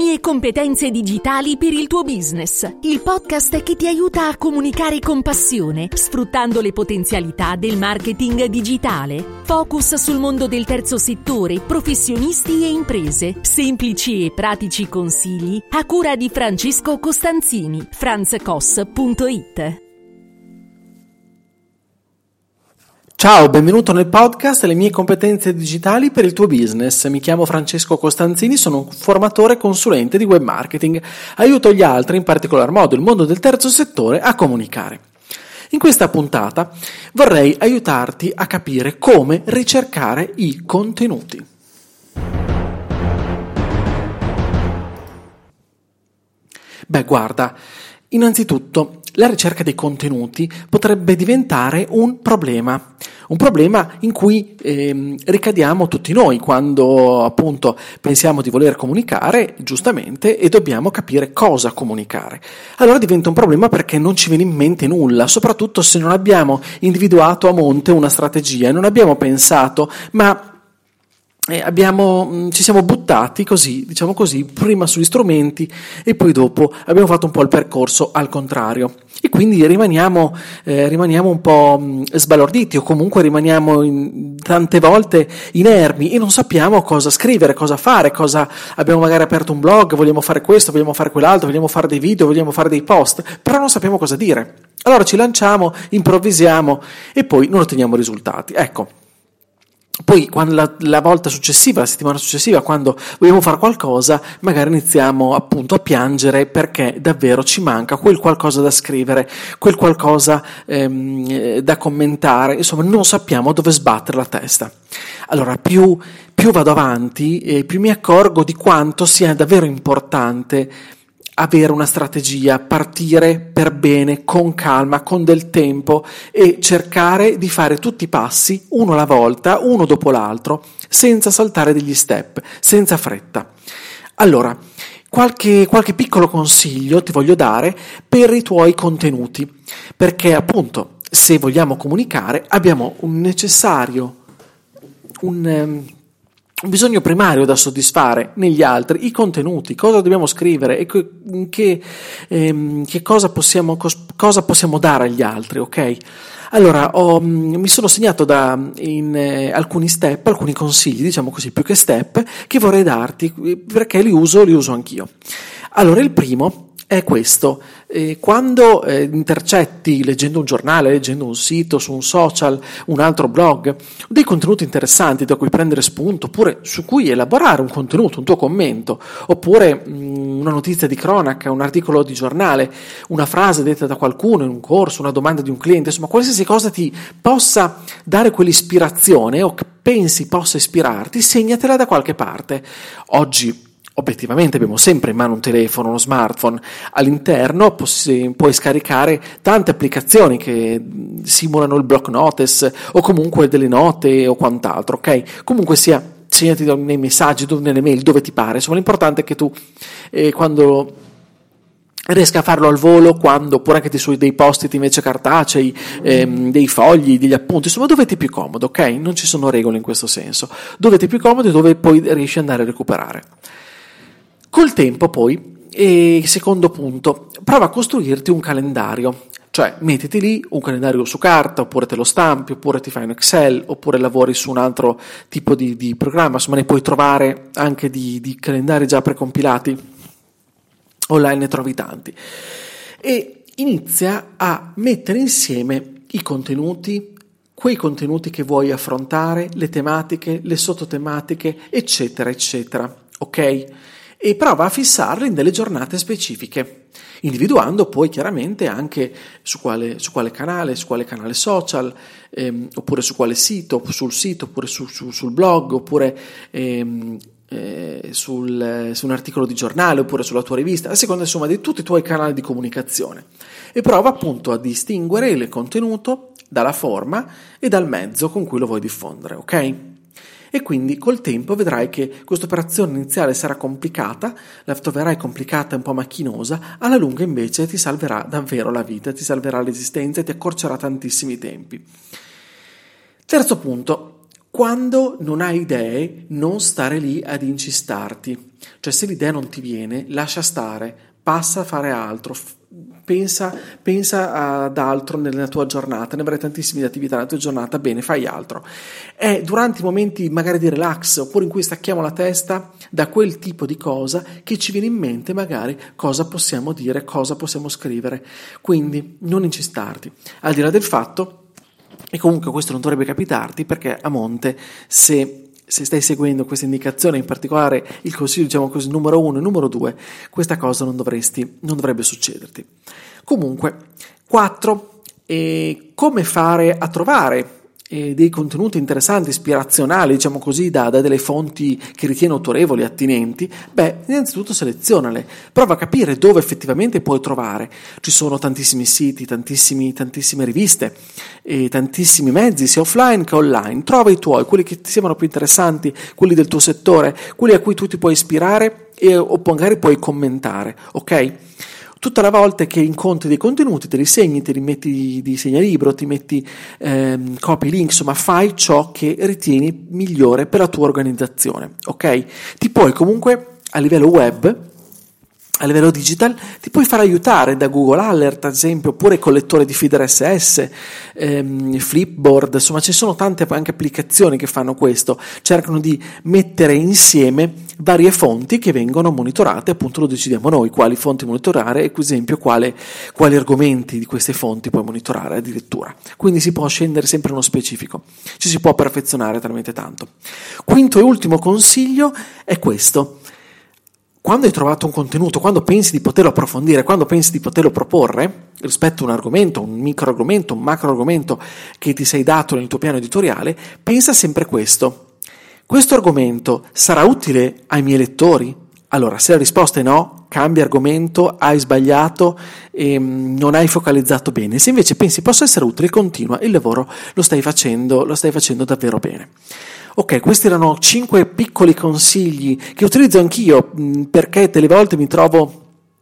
mie competenze digitali per il tuo business. Il podcast che ti aiuta a comunicare con passione, sfruttando le potenzialità del marketing digitale. Focus sul mondo del terzo settore, professionisti e imprese. Semplici e pratici consigli a cura di Francesco Costanzini, franzcos.it. Ciao, benvenuto nel podcast Le mie competenze digitali per il tuo business. Mi chiamo Francesco Costanzini, sono un formatore e consulente di web marketing. Aiuto gli altri, in particolar modo il mondo del terzo settore, a comunicare. In questa puntata vorrei aiutarti a capire come ricercare i contenuti. Beh, guarda, innanzitutto la ricerca dei contenuti potrebbe diventare un problema in cui ricadiamo tutti noi quando appunto pensiamo di voler comunicare giustamente e dobbiamo capire cosa comunicare. Allora diventa un problema perché non ci viene in mente nulla, soprattutto se non abbiamo individuato a monte una strategia e non abbiamo pensato, ma ci siamo buttati così, diciamo così, prima sugli strumenti e poi dopo abbiamo fatto un po' il percorso al contrario e quindi rimaniamo un po' sbalorditi o comunque rimaniamo tante volte inermi e non sappiamo cosa scrivere, cosa fare, abbiamo magari aperto un blog, vogliamo fare questo, vogliamo fare quell'altro, vogliamo fare dei video, vogliamo fare dei post, però non sappiamo cosa dire. Allora ci lanciamo, improvvisiamo e poi non otteniamo risultati. Ecco. Poi quando la volta successiva, la settimana successiva, quando vogliamo fare qualcosa, magari iniziamo appunto a piangere perché davvero ci manca quel qualcosa da scrivere, quel qualcosa da commentare, insomma non sappiamo dove sbattere la testa. Allora più vado avanti, più mi accorgo di quanto sia davvero importante avere una strategia, partire per bene, con calma, con del tempo e cercare di fare tutti i passi uno alla volta, uno dopo l'altro, senza saltare degli step, senza fretta. Allora, qualche piccolo consiglio ti voglio dare per i tuoi contenuti, perché appunto se vogliamo comunicare abbiamo un bisogno primario da soddisfare negli altri, i contenuti, cosa dobbiamo scrivere e che cosa possiamo dare agli altri, ok? Allora, mi sono segnato in alcuni step, alcuni consigli, diciamo così, più che step, che vorrei darti, perché li uso anch'io. Allora, il primo è questo: quando intercetti leggendo un giornale, leggendo un sito, su un social, un altro blog, dei contenuti interessanti da cui prendere spunto, oppure su cui elaborare un contenuto, un tuo commento, oppure una notizia di cronaca, un articolo di giornale, una frase detta da qualcuno in un corso, una domanda di un cliente, insomma qualsiasi cosa ti possa dare quell'ispirazione o che pensi possa ispirarti, segnatela da qualche parte. Oggi obiettivamente abbiamo sempre in mano un telefono, uno smartphone, all'interno puoi scaricare tante applicazioni che simulano il block notice o comunque delle note o quant'altro, ok? Comunque sia, segnati nei messaggi, nelle mail, dove ti pare. Insomma, l'importante è che tu quando riesca a farlo al volo, oppure anche su dei post-it invece cartacei, dei fogli, degli appunti, insomma dove ti è più comodo, ok? Non ci sono regole in questo senso, dove ti è più comodo e dove poi riesci ad andare a recuperare. Col tempo poi, secondo punto, prova a costruirti un calendario, cioè mettiti lì un calendario su carta, oppure te lo stampi, oppure ti fai un Excel, oppure lavori su un altro tipo di programma, insomma ne puoi trovare anche di calendari già precompilati, online ne trovi tanti, e inizia a mettere insieme i contenuti, quei contenuti che vuoi affrontare, le tematiche, le sottotematiche, eccetera, eccetera, ok? E prova a fissarli in delle giornate specifiche, individuando poi chiaramente anche su quale canale social, oppure su quale sito, sul sito, oppure sul blog, oppure su un articolo di giornale, oppure sulla tua rivista, a seconda insomma di tutti i tuoi canali di comunicazione. E prova appunto a distinguere il contenuto dalla forma e dal mezzo con cui lo vuoi diffondere, ok? E quindi col tempo vedrai che questa operazione iniziale sarà complicata, la troverai complicata e un po' macchinosa, alla lunga invece ti salverà davvero la vita, ti salverà l'esistenza e ti accorcerà tantissimi tempi. Terzo punto, Quando non hai idee, non stare lì ad incistarti. Cioè, se l'idea non ti viene, lascia stare, passa a fare altro, pensa ad altro nella tua giornata, ne avrai tantissime di attività nella tua giornata, bene, fai altro. È durante i momenti magari di relax, oppure in cui stacchiamo la testa da quel tipo di cosa, che ci viene in mente magari cosa possiamo dire, cosa possiamo scrivere. Quindi non incistarti, al di là del fatto. E comunque questo non dovrebbe capitarti, perché a monte, se stai seguendo questa indicazione, in particolare il consiglio, diciamo così, numero 1 e numero 2, questa cosa non dovrebbe succederti. Comunque, 4. Come fare a trovare dei contenuti interessanti, ispirazionali, diciamo così, da delle fonti che ritieni autorevoli e attinenti? Beh, innanzitutto selezionale, prova a capire dove effettivamente puoi trovare. Ci sono tantissimi siti, tantissime riviste e tantissimi mezzi, sia offline che online. Trova i tuoi, quelli che ti sembrano più interessanti, quelli del tuo settore, quelli a cui tu ti puoi ispirare o magari puoi commentare, ok? Tutta la volta che incontri dei contenuti, te li segni, te li metti di segnalibro, ti metti copy, link, insomma fai ciò che ritieni migliore per la tua organizzazione, ok? Ti puoi comunque a livello web, a livello digital, ti puoi far aiutare da Google Alert, ad esempio, oppure collettore di feed RSS, Flipboard, insomma ci sono tante anche applicazioni che fanno questo, cercano di mettere insieme varie fonti che vengono monitorate, appunto lo decidiamo noi quali fonti monitorare e, ad esempio, quali argomenti di queste fonti puoi monitorare addirittura. Quindi si può scendere sempre nello specifico, ci si può perfezionare talmente tanto. Quinto e ultimo consiglio è questo. Quando hai trovato un contenuto, quando pensi di poterlo approfondire, quando pensi di poterlo proporre rispetto a un argomento, un microargomento, un macroargomento che ti sei dato nel tuo piano editoriale, pensa sempre questo. Questo argomento sarà utile ai miei lettori? Allora, se la risposta è no, cambia argomento, hai sbagliato e non hai focalizzato bene. Se invece pensi possa essere utile, continua, il lavoro lo stai facendo davvero bene. Ok, questi erano 5 piccoli consigli che utilizzo anch'io, perché delle volte mi trovo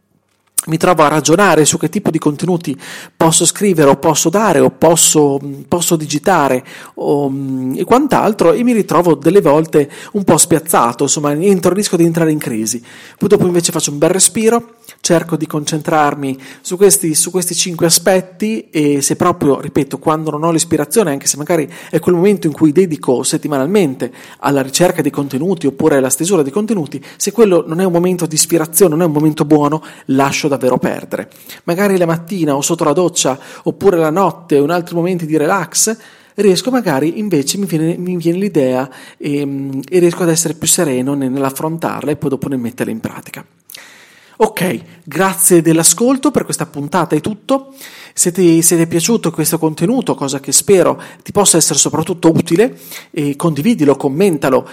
a ragionare su che tipo di contenuti posso scrivere o posso dare o posso digitare e quant'altro, e mi ritrovo delle volte un po' spiazzato, insomma rischio di entrare in crisi. Poi dopo invece faccio un bel respiro, cerco di concentrarmi su questi 5 aspetti, e se proprio, ripeto, quando non ho l'ispirazione, anche se magari è quel momento in cui dedico settimanalmente alla ricerca dei contenuti oppure alla stesura dei contenuti, se quello non è un momento di ispirazione, non è un momento buono, lascio davvero perdere. Magari la mattina o sotto la doccia oppure la notte o in altri momenti di relax riesco, magari invece mi viene l'idea e riesco ad essere più sereno nell'affrontarla e poi dopo nel metterla in pratica. Ok, grazie dell'ascolto, per questa puntata è tutto. Se ti è piaciuto questo contenuto, cosa che spero ti possa essere soprattutto utile, condividilo, commentalo,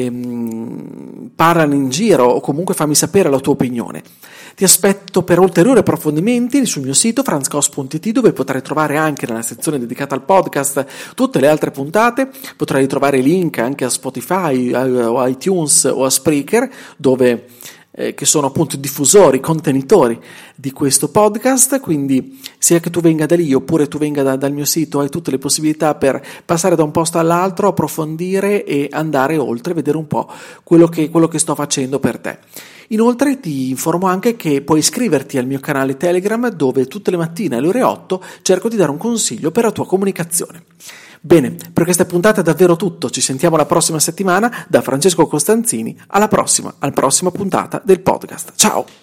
parlane in giro o comunque fammi sapere la tua opinione. Ti aspetto per ulteriori approfondimenti sul mio sito franzcos.it, dove potrai trovare anche nella sezione dedicata al podcast tutte le altre puntate. Potrai trovare link anche a Spotify o a iTunes o a Spreaker, dove che sono appunto diffusori, contenitori di questo podcast. Quindi sia che tu venga da lì oppure tu venga dal mio sito, hai tutte le possibilità per passare da un posto all'altro, approfondire e andare oltre, vedere un po' quello che sto facendo per te. Inoltre ti informo anche che puoi iscriverti al mio canale Telegram, dove tutte le mattine alle ore 8 cerco di dare un consiglio per la tua comunicazione. Bene, per questa puntata è davvero tutto, ci sentiamo la prossima settimana. Da Francesco Costanzini, alla prossima puntata del podcast. Ciao!